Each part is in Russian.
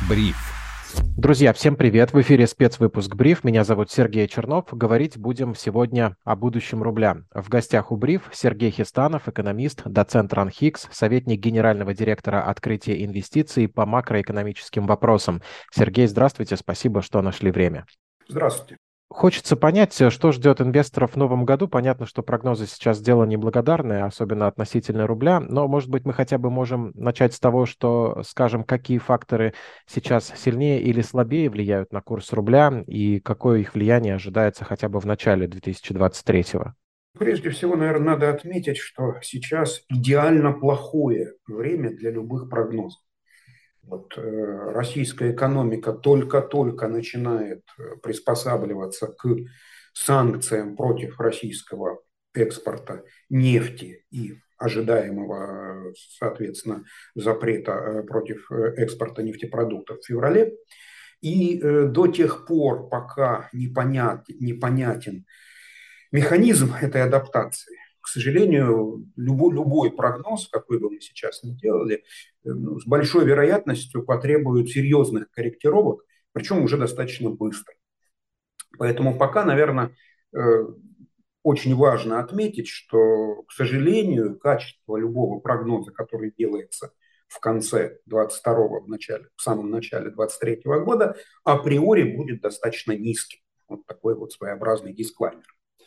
Бриф. Друзья, всем привет! В эфире спецвыпуск «Бриф». Меня зовут Сергей Чернов. Говорить будем сегодня о будущем рубля. В гостях у «Бриф» Сергей Хистанов, экономист, доцент РАНХИКС, советник генерального директора открытия инвестиций по макроэкономическим вопросам. Сергей, здравствуйте, спасибо, что нашли время. Здравствуйте. Хочется понять, что ждет инвесторов в новом году. Понятно, что прогнозы сейчас дело неблагодарное, особенно относительно рубля, но, может быть, мы хотя бы можем начать с того, что скажем, какие факторы сейчас сильнее или слабее влияют на курс рубля и какое их влияние ожидается хотя бы в начале 2023-го. Прежде всего, наверное, надо отметить, что сейчас идеально плохое время для любых прогнозов. Российская экономика только-только начинает приспосабливаться к санкциям против российского экспорта нефти и ожидаемого, соответственно, запрета против экспорта нефтепродуктов в феврале. И до тех пор, пока непонятен механизм этой адаптации. К сожалению, любой прогноз, какой бы мы сейчас ни делали, с большой вероятностью потребует серьезных корректировок, причем уже достаточно быстро. Поэтому пока, наверное, очень важно отметить, что, к сожалению, качество любого прогноза, который делается в конце 22-го, в самом начале 23-го года, априори будет достаточно низким. Вот такой вот своеобразный дисклаймер.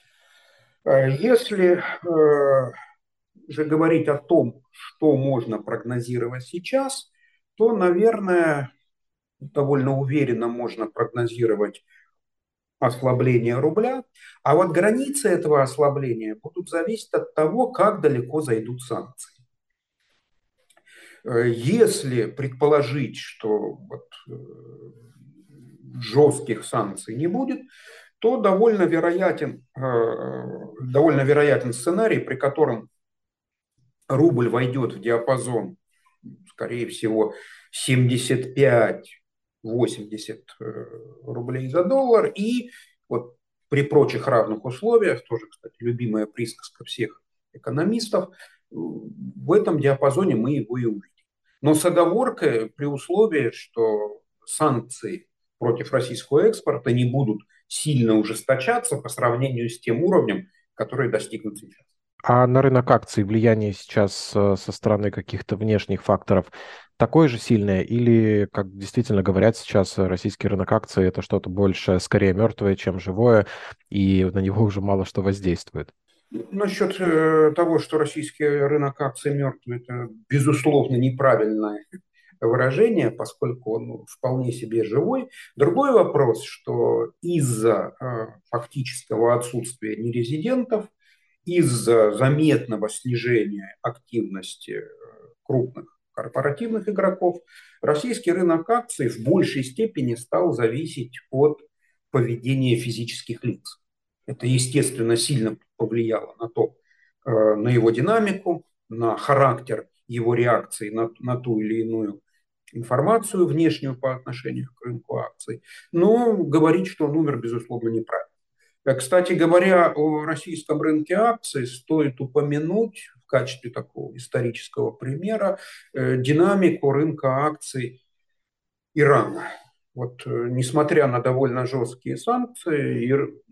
Если же говорить о том, что можно прогнозировать сейчас, то, наверное, довольно уверенно можно прогнозировать ослабление рубля. А вот границы этого ослабления будут зависеть от того, как далеко зайдут санкции. Если предположить, что жестких санкций не будет, то довольно вероятен сценарий, при котором рубль войдет в диапазон, скорее всего, 75-80 рублей за доллар. И вот при прочих равных условиях, тоже, кстати, любимая присказка всех экономистов, в этом диапазоне мы его и увидим. Но с оговоркой при условии, что санкции против российского экспорта не будут сильно ужесточаться по сравнению с тем уровнем, который достигнут сейчас. А на рынок акций влияние сейчас со стороны каких-то внешних факторов такое же сильное? Или, как действительно говорят сейчас, российский рынок акций это что-то больше, скорее мертвое, чем живое, и на него уже мало что воздействует? Насчет того, что российский рынок акций мертвый, это, безусловно, неправильное выражение, поскольку он вполне себе живой. Другой вопрос, что из-за фактического отсутствия нерезидентов, из-за заметного снижения активности крупных корпоративных игроков, российский рынок акций в большей степени стал зависеть от поведения физических лиц. Это, естественно, сильно повлияло на его динамику, на характер его реакции на ту или иную информацию внешнюю по отношению к рынку акций. Но говорить, что он умер, безусловно, неправильно. Кстати говоря, о российском рынке акций стоит упомянуть в качестве такого исторического примера динамику рынка акций Ирана. Несмотря на довольно жесткие санкции,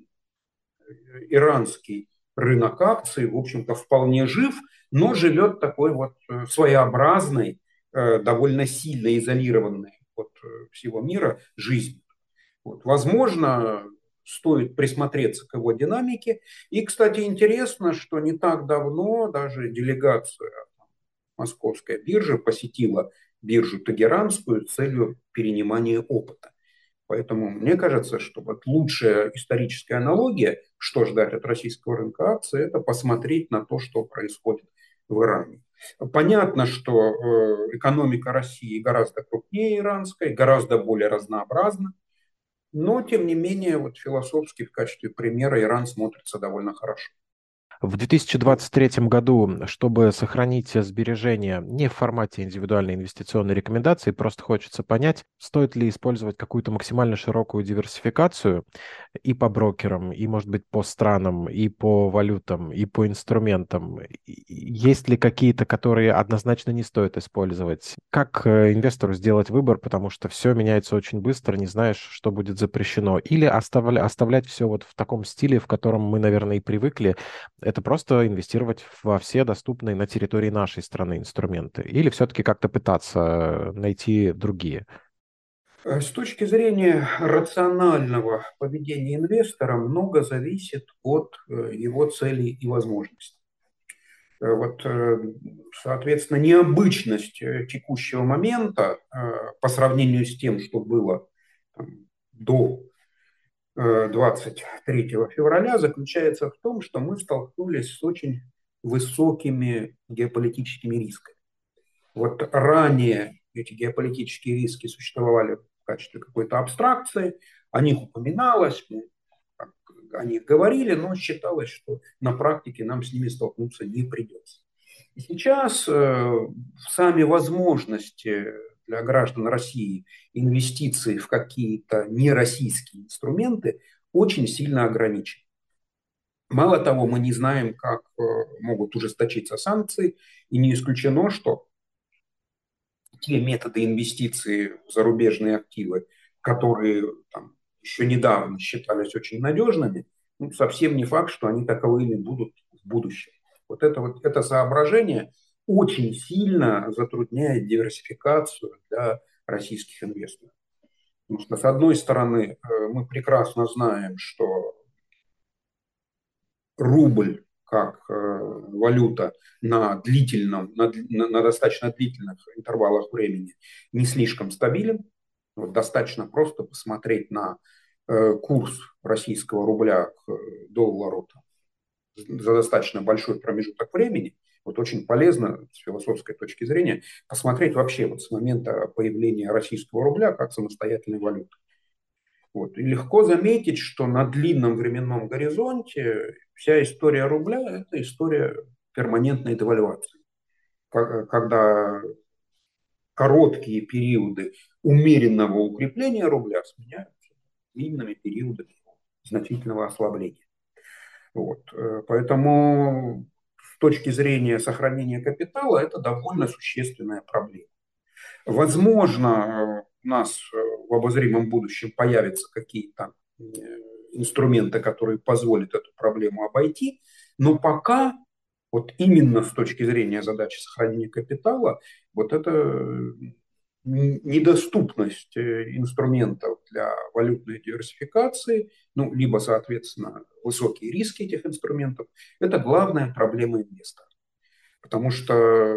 иранский рынок акций, в общем-то, вполне жив, но живет такой своеобразной, довольно сильно изолированной от всего мира жизнью. Возможно, стоит присмотреться к его динамике. И, кстати, интересно, что не так давно даже делегация Московской биржи посетила биржу Тегеранскую с целью перенимания опыта. Поэтому мне кажется, что лучшая историческая аналогия, что ждать от российского рынка акций, это посмотреть на то, что происходит в Иране. Понятно, что экономика России гораздо крупнее иранской, гораздо более разнообразна, но, тем не менее, философски в качестве примера Иран смотрится довольно хорошо. В 2023 году, чтобы сохранить сбережения не в формате индивидуальной инвестиционной рекомендации, просто хочется понять, стоит ли использовать какую-то максимально широкую диверсификацию и по брокерам, и, может быть, по странам, и по валютам, и по инструментам. Есть ли какие-то, которые однозначно не стоит использовать? Как инвестору сделать выбор, потому что все меняется очень быстро, не знаешь, что будет запрещено? Или оставлять все вот в таком стиле, в котором мы, наверное, и привыкли, это просто инвестировать во все доступные на территории нашей страны инструменты? Или все-таки как-то пытаться найти другие? С точки зрения рационального поведения инвестора много зависит от его целей и возможностей. Вот, соответственно, необычность текущего момента по сравнению с тем, что было там, до 23 февраля, заключается в том, что мы столкнулись с очень высокими геополитическими рисками. Вот ранее эти геополитические риски существовали в качестве какой-то абстракции, о них упоминалось, мы о них говорили, но считалось, что на практике нам с ними столкнуться не придется. И сейчас сами возможности для граждан России инвестиций в какие-то нероссийские инструменты очень сильно ограничены. Мало того, мы не знаем, как могут ужесточиться санкции, и не исключено, что те методы инвестиции в зарубежные активы, которые там, еще недавно считались очень надежными, ну, совсем не факт, что они таковыми будут в будущем. Вот это соображение очень сильно затрудняет диверсификацию для российских инвесторов. Потому что, с одной стороны, мы прекрасно знаем, что рубль как валюта на достаточно длительных интервалах времени не слишком стабилен. Вот достаточно просто посмотреть на курс российского рубля к доллару за достаточно большой промежуток времени. Вот очень полезно с философской точки зрения посмотреть вообще вот с момента появления российского рубля как самостоятельной валюты. Вот. И легко заметить, что на длинном временном горизонте вся история рубля – это история перманентной девальвации. Когда короткие периоды умеренного укрепления рубля сменяются длинными периодами значительного ослабления. Вот. Поэтому с точки зрения сохранения капитала это довольно существенная проблема. Возможно, у нас в обозримом будущем появятся какие-то инструменты, которые позволят эту проблему обойти, но пока вот именно с точки зрения задачи сохранения капитала, вот эта недоступность инструментов для валютной диверсификации, ну, либо, соответственно, высокие риски этих инструментов, это главная проблема инвестора. Потому что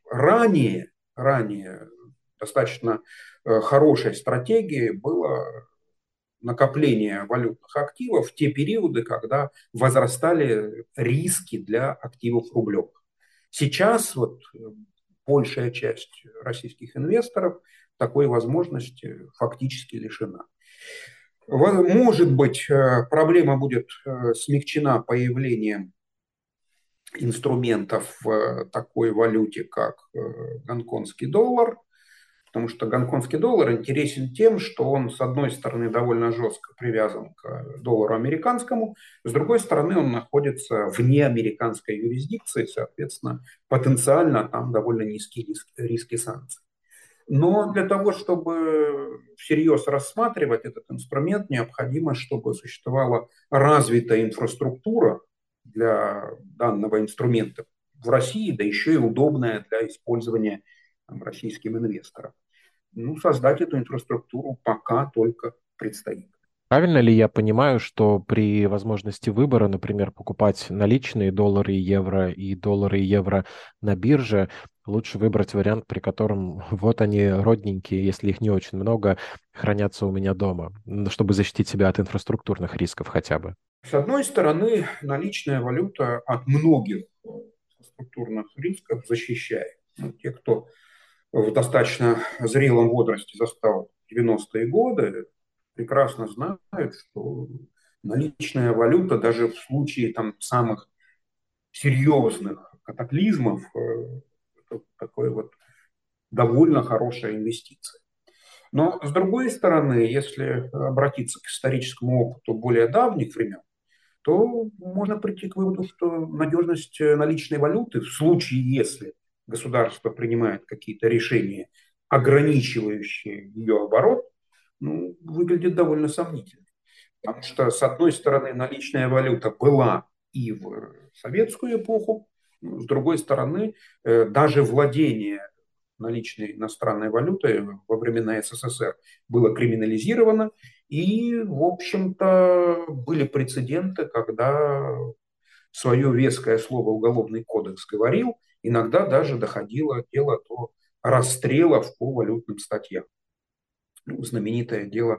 ранее достаточно хорошей стратегией было накопление валютных активов в те периоды, когда возрастали риски для активов рублевых. Сейчас вот большая часть российских инвесторов такой возможности фактически лишена. Может быть, проблема будет смягчена появлением инструментов в такой валюте, как гонконгский доллар, потому что гонконгский доллар интересен тем, что он, с одной стороны, довольно жестко привязан к доллару американскому, с другой стороны, он находится вне американской юрисдикции, соответственно, потенциально там довольно низкие риски санкций. Но для того, чтобы всерьез рассматривать этот инструмент, необходимо, чтобы существовала развитая инфраструктура для данного инструмента в России, да еще и удобная для использования российским инвесторам. Ну, создать эту инфраструктуру пока только предстоит. Правильно ли я понимаю, что при возможности выбора, например, покупать наличные доллары и доллары и евро на бирже, лучше выбрать вариант, при котором вот они родненькие, если их не очень много, хранятся у меня дома, чтобы защитить себя от инфраструктурных рисков хотя бы? С одной стороны, наличная валюта от многих структурных рисков защищает. Ну, те, кто в достаточно зрелом возрасте застал 90-е годы, прекрасно знают, что наличная валюта даже в случае там, самых серьезных катаклизмов такой вот довольно хорошая инвестиция. Но, с другой стороны, если обратиться к историческому опыту более давних времен, то можно прийти к выводу, что надежность наличной валюты в случае, если государство принимает какие-то решения, ограничивающие ее оборот, ну, выглядит довольно сомнительно. Потому что, с одной стороны, наличная валюта была и в советскую эпоху, с другой стороны, даже владение наличной иностранной валютой во времена СССР было криминализировано, и, в общем-то, были прецеденты, когда свое веское слово Уголовный кодекс говорил, иногда даже доходило дело до расстрелов по валютным статьям. Ну, знаменитое дело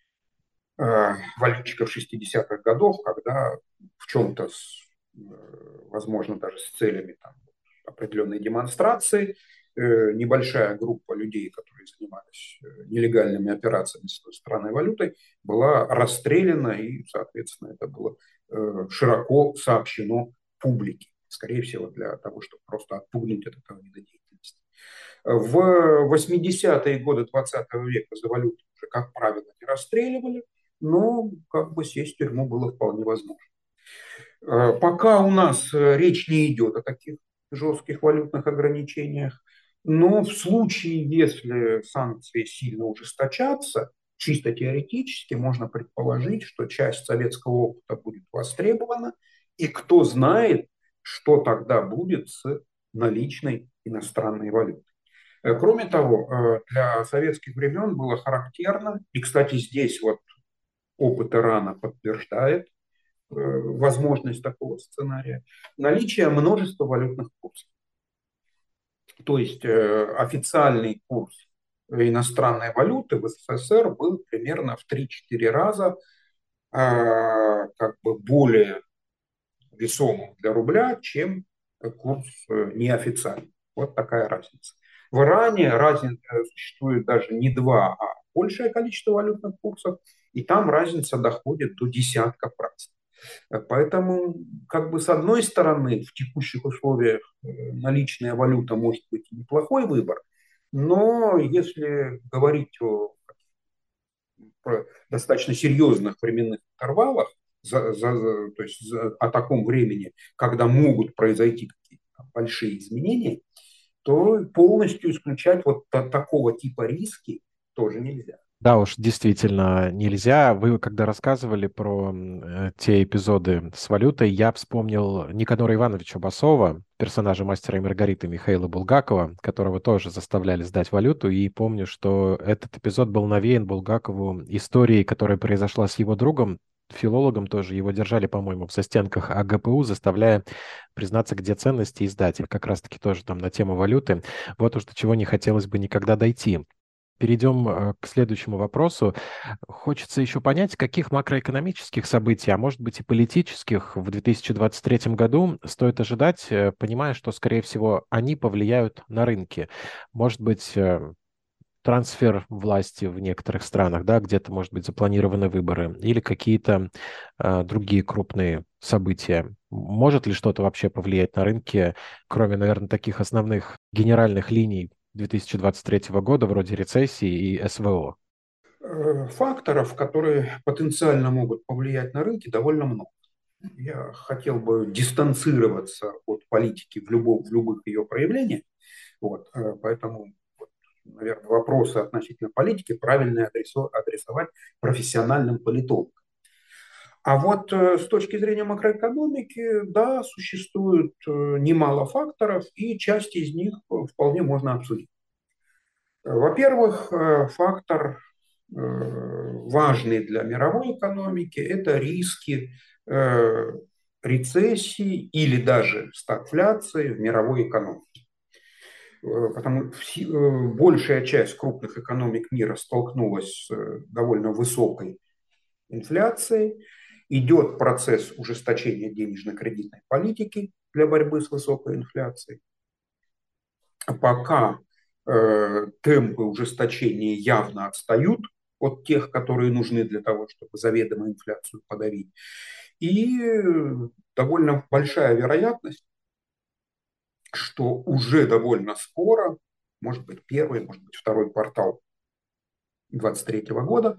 валютчиков 60-х годов, когда в чем-то, возможно, даже с целями там, определенной демонстрации, небольшая группа людей, которые занимались нелегальными операциями с иностранной валютой, была расстреляна, и, соответственно, это было широко сообщено публике. Скорее всего, для того, чтобы просто отпугнуть от этого вида деятельности. В 80-е годы 20 века за валюту уже, как правило, не расстреливали, но как бы сесть в тюрьму было вполне возможно. Пока у нас речь не идет о таких жестких валютных ограничениях, но в случае, если санкции сильно ужесточатся, чисто теоретически можно предположить, что часть советского опыта будет востребована, и кто знает, что тогда будет с наличной иностранной валютой. Кроме того, для советских времен было характерно, и, кстати, здесь вот опыт Ирана подтверждает возможность такого сценария, наличие множества валютных курсов. То есть официальный курс иностранной валюты в СССР был примерно в 3-4 раза как бы более весомым для рубля, чем курс неофициальный. Вот такая разница. В Иране существует даже не два, а большее количество валютных курсов, и там разница доходит до десятков раз. Поэтому, как бы с одной стороны, в текущих условиях наличная валюта может быть неплохой выбор, но если говорить про достаточно серьезных временных интервалах, то есть о таком времени, когда могут произойти какие-то большие изменения, то полностью исключать вот такого типа риски тоже нельзя. Да уж, действительно, нельзя. Вы, когда рассказывали про те эпизоды с валютой, я вспомнил Никанора Ивановича Басова, персонажа «Мастера и Маргариты» Михаила Булгакова, которого тоже заставляли сдать валюту. И помню, что этот эпизод был навеян Булгакову историей, которая произошла с его другом, филологом тоже. Его держали, по-моему, в застенках АГПУ, заставляя признаться, где ценности и сдать. Как раз-таки тоже там на тему валюты. Вот уж до чего не хотелось бы никогда дойти. Перейдем к следующему вопросу. Хочется еще понять, каких макроэкономических событий, а может быть и политических в 2023 году стоит ожидать, понимая, что, скорее всего, они повлияют на рынки. Может быть, трансфер власти в некоторых странах, да, где-то, может быть, запланированы выборы или какие-то другие крупные события. Может ли что-то вообще повлиять на рынки, кроме, наверное, таких основных генеральных линий 2023 года, вроде рецессии и СВО? Факторов, которые потенциально могут повлиять на рынки, довольно много. Я хотел бы дистанцироваться от политики в любых ее проявлениях. Вот, поэтому, наверное, вопросы относительно политики правильно адресовать профессиональным политологам. А вот с точки зрения макроэкономики, да, существует немало факторов, и часть из них вполне можно обсудить. Во-первых, фактор важный для мировой экономики – это риски рецессии или даже стагфляции в мировой экономике. Потому что большая часть крупных экономик мира столкнулась с довольно высокой инфляцией. Идет процесс ужесточения денежно-кредитной политики для борьбы с высокой инфляцией. Пока темпы ужесточения явно отстают от тех, которые нужны для того, чтобы заведомо инфляцию подавить. И довольно большая вероятность, что уже довольно скоро, может быть, первый, может быть, второй квартал 2023 года,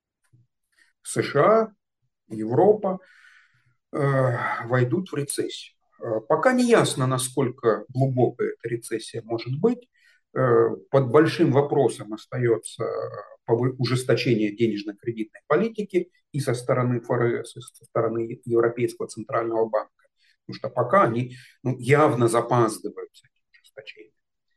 США, Европа войдут в рецессию. Пока не ясно, насколько глубокая эта рецессия может быть. Под большим вопросом остается ужесточение денежно-кредитной политики и со стороны ФРС, и со стороны Европейского центрального банка. Потому что пока они явно запаздывают с этим ужесточением.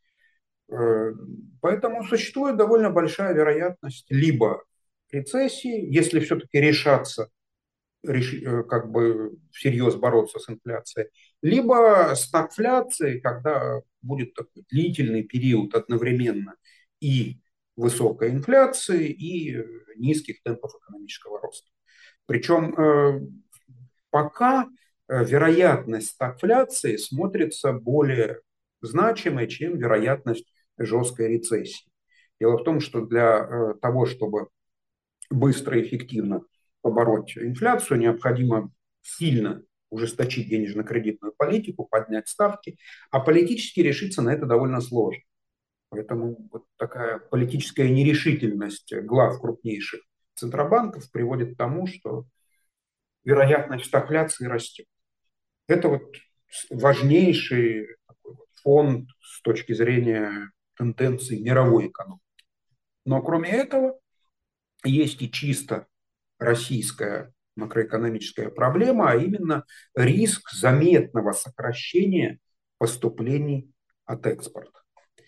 Поэтому существует довольно большая вероятность либо рецессии, если все-таки решаться как бы всерьез бороться с инфляцией, либо стагфляцией, когда будет такой длительный период одновременно и высокой инфляции, и низких темпов экономического роста. Причем пока вероятность стагфляции смотрится более значимой, чем вероятность жесткой рецессии. Дело в том, что для того, чтобы быстро и эффективно побороть инфляцию, необходимо сильно ужесточить денежно-кредитную политику, поднять ставки, а политически решиться на это довольно сложно. Поэтому вот такая политическая нерешительность глав крупнейших центробанков приводит к тому, что вероятность стагфляции растет. Это вот важнейший такой вот фонд с точки зрения тенденций мировой экономики. Но кроме этого есть и чисто российская макроэкономическая проблема, а именно риск заметного сокращения поступлений от экспорта.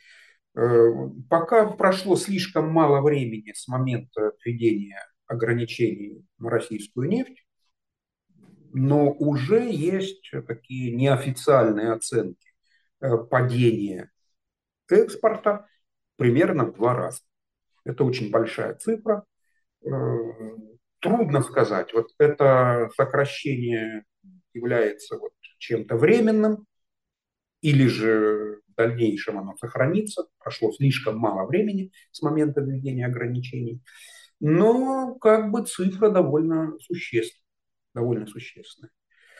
Пока прошло слишком мало времени с момента введения ограничений на российскую нефть, но уже есть такие неофициальные оценки падения экспорта примерно в 2 раза. Это очень большая цифра. Трудно сказать, вот это сокращение является вот чем-то временным, или же в дальнейшем оно сохранится. Прошло слишком мало времени с момента введения ограничений. Но как бы цифра довольно существенная. Довольно существенная.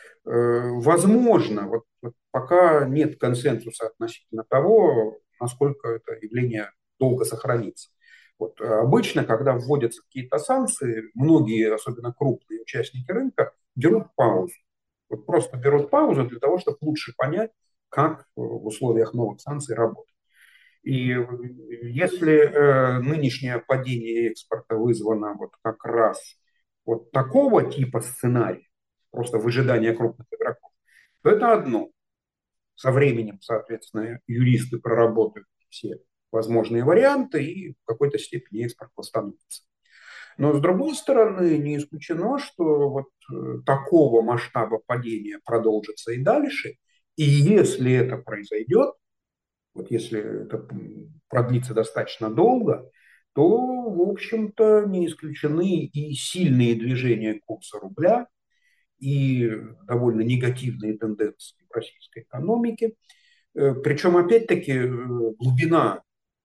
Возможно, вот пока нет консенсуса относительно того, насколько это явление долго сохранится. Вот, обычно, когда вводятся какие-то санкции, многие, особенно крупные участники рынка, берут паузу. Вот просто берут паузу для того, чтобы лучше понять, как в условиях новых санкций работать. И если нынешнее падение экспорта вызвано вот как раз вот такого типа сценария, просто выжидание крупных игроков, то это одно. Со временем, соответственно, юристы проработают все возможные варианты, и в какой-то степени экспорт восстановится. Но, с другой стороны, не исключено, что вот такого масштаба падения продолжится и дальше. И если это произойдет, вот если это продлится достаточно долго, то, в общем-то, не исключены и сильные движения курса рубля, и довольно негативные тенденции в российской экономике. Причем, опять-таки, глубина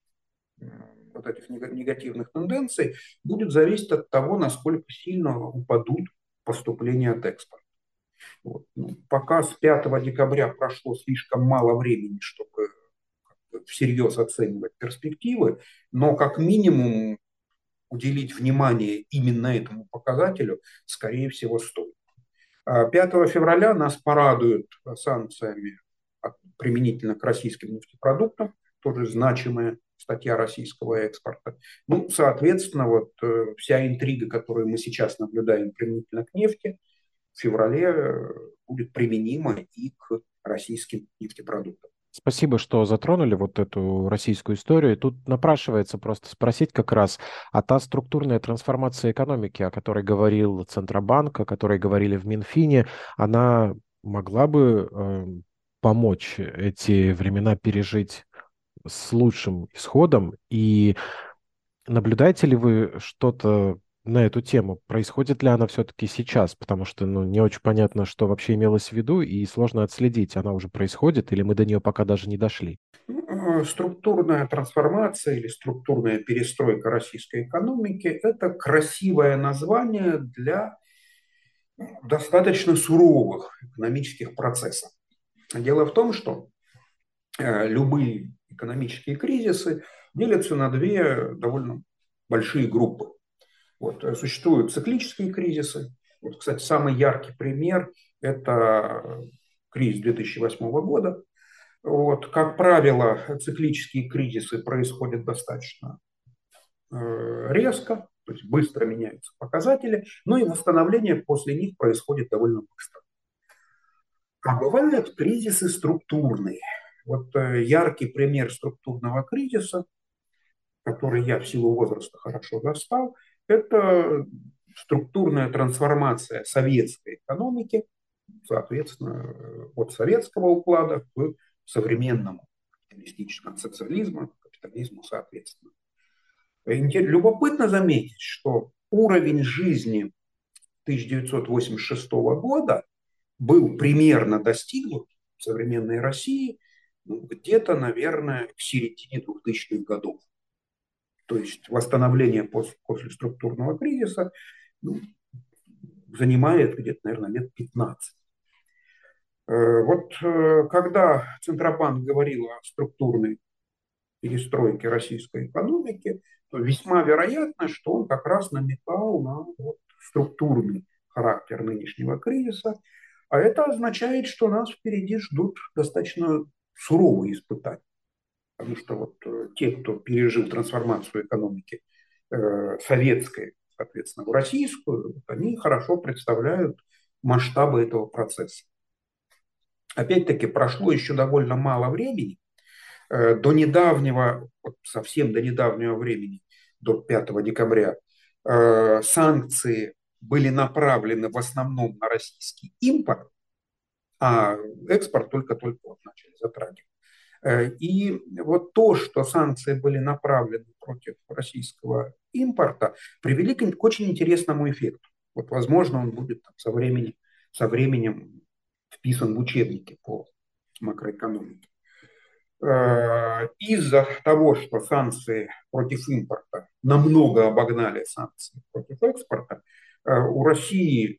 вот этих негативных тенденций будет зависеть от того, насколько сильно упадут поступления от экспорта. Вот. Ну, пока с 5 декабря прошло слишком мало времени, чтобы всерьез оценивать перспективы, но как минимум уделить внимание именно этому показателю, скорее всего, стоит. 5 февраля нас порадуют санкциями применительно к российским нефтепродуктам, тоже значимая статья российского экспорта. Ну, соответственно, вот вся интрига, которую мы сейчас наблюдаем применительно к нефти, в феврале будет применима и к российским нефтепродуктам. Спасибо, что затронули вот эту российскую историю. Тут напрашивается просто спросить как раз, а та структурная трансформация экономики, о которой говорил Центробанк, о которой говорили в Минфине, она могла бы помочь эти времена пережить с лучшим исходом? И наблюдаете ли вы что-то на эту тему? Происходит ли она все-таки сейчас? Потому что не очень понятно, что вообще имелось в виду, и сложно отследить, она уже происходит, или мы до нее пока даже не дошли. Структурная трансформация или структурная перестройка российской экономики – это красивое название для достаточно суровых экономических процессов. Дело в том, что любые экономические кризисы делятся на две довольно большие группы. Вот, существуют циклические кризисы. Вот, кстати, самый яркий пример – это кризис 2008 года. Вот, как правило, циклические кризисы происходят достаточно резко, то есть быстро меняются показатели, но и восстановление после них происходит довольно быстро. А бывают кризисы структурные. Вот яркий пример структурного кризиса, который я в силу возраста хорошо застал, это структурная трансформация советской экономики, соответственно, от советского уклада к современному капиталистическому социализму, капитализму соответственно. Любопытно заметить, что уровень жизни 1986 года был примерно достигнут в современной России где-то, наверное, к середине 2000-х годов. То есть восстановление после структурного кризиса занимает где-то, наверное, лет 15. Вот когда Центробанк говорил о структурной перестройке российской экономики, то весьма вероятно, что он как раз намекал на вот структурный характер нынешнего кризиса. А это означает, что нас впереди ждут достаточно суровые испытания. Потому что вот те, кто пережил трансформацию экономики советской, соответственно, в российскую, вот они хорошо представляют масштабы этого процесса. Опять-таки, прошло еще довольно мало времени. До недавнего, вот совсем до недавнего времени, до 5 декабря, санкции были направлены в основном на российский импорт, а экспорт только-только вот начали затрагивать. И вот то, что санкции были направлены против российского импорта, привели к очень интересному эффекту. Вот, возможно, он будет со временем вписан в учебники по макроэкономике. Из-за того, что санкции против импорта намного обогнали санкции против экспорта, у России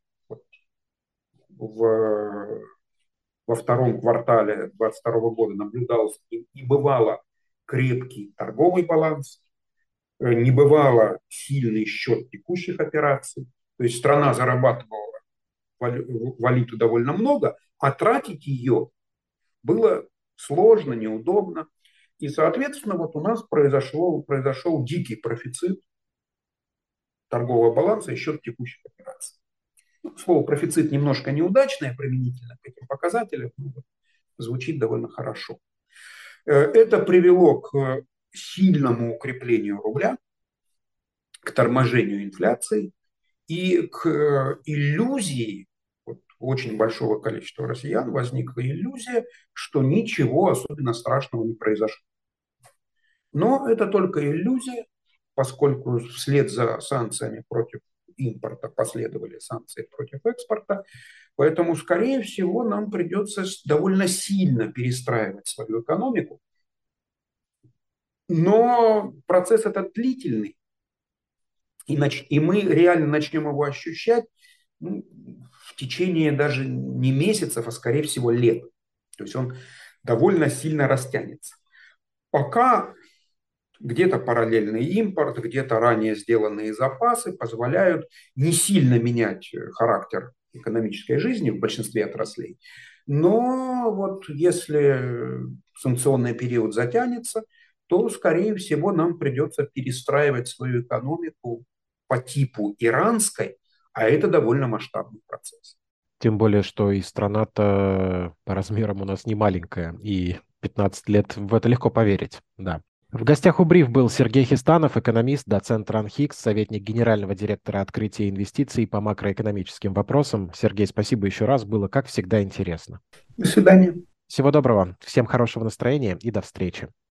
во втором квартале 2022 года наблюдался небывало крепкий торговый баланс, небывало сильный счет текущих операций. То есть страна зарабатывала валюту довольно много, а тратить ее было сложно, неудобно. И, соответственно, вот у нас произошел дикий профицит торгового баланса и счет текущих операций. Слово профицит немножко неудачное применительно к этим показателям, но звучит довольно хорошо. Это привело к сильному укреплению рубля, к торможению инфляции и к иллюзии, вот, у очень большого количества россиян возникла иллюзия, что ничего особенно страшного не произошло. Но это только иллюзия, поскольку вслед за санкциями против импорта последовали санкции против экспорта. Поэтому, скорее всего, нам придется довольно сильно перестраивать свою экономику. Но процесс этот длительный, и мы реально начнем его ощущать в течение даже не месяцев, а скорее всего лет. То есть он довольно сильно растянется. Пока где-то параллельный импорт, где-то ранее сделанные запасы позволяют не сильно менять характер экономической жизни в большинстве отраслей. Но вот если санкционный период затянется, то, скорее всего, нам придется перестраивать свою экономику по типу иранской, а это довольно масштабный процесс. Тем более, что и страна-то по размерам у нас не маленькая, и 15 лет в это легко поверить, да. В гостях у Бриф был Сергей Хистанов, экономист, доцент РАНХИКС, советник генерального директора открытия инвестиций по макроэкономическим вопросам. Сергей, спасибо еще раз, было, как всегда, интересно. До свидания. Всего доброго, всем хорошего настроения и до встречи.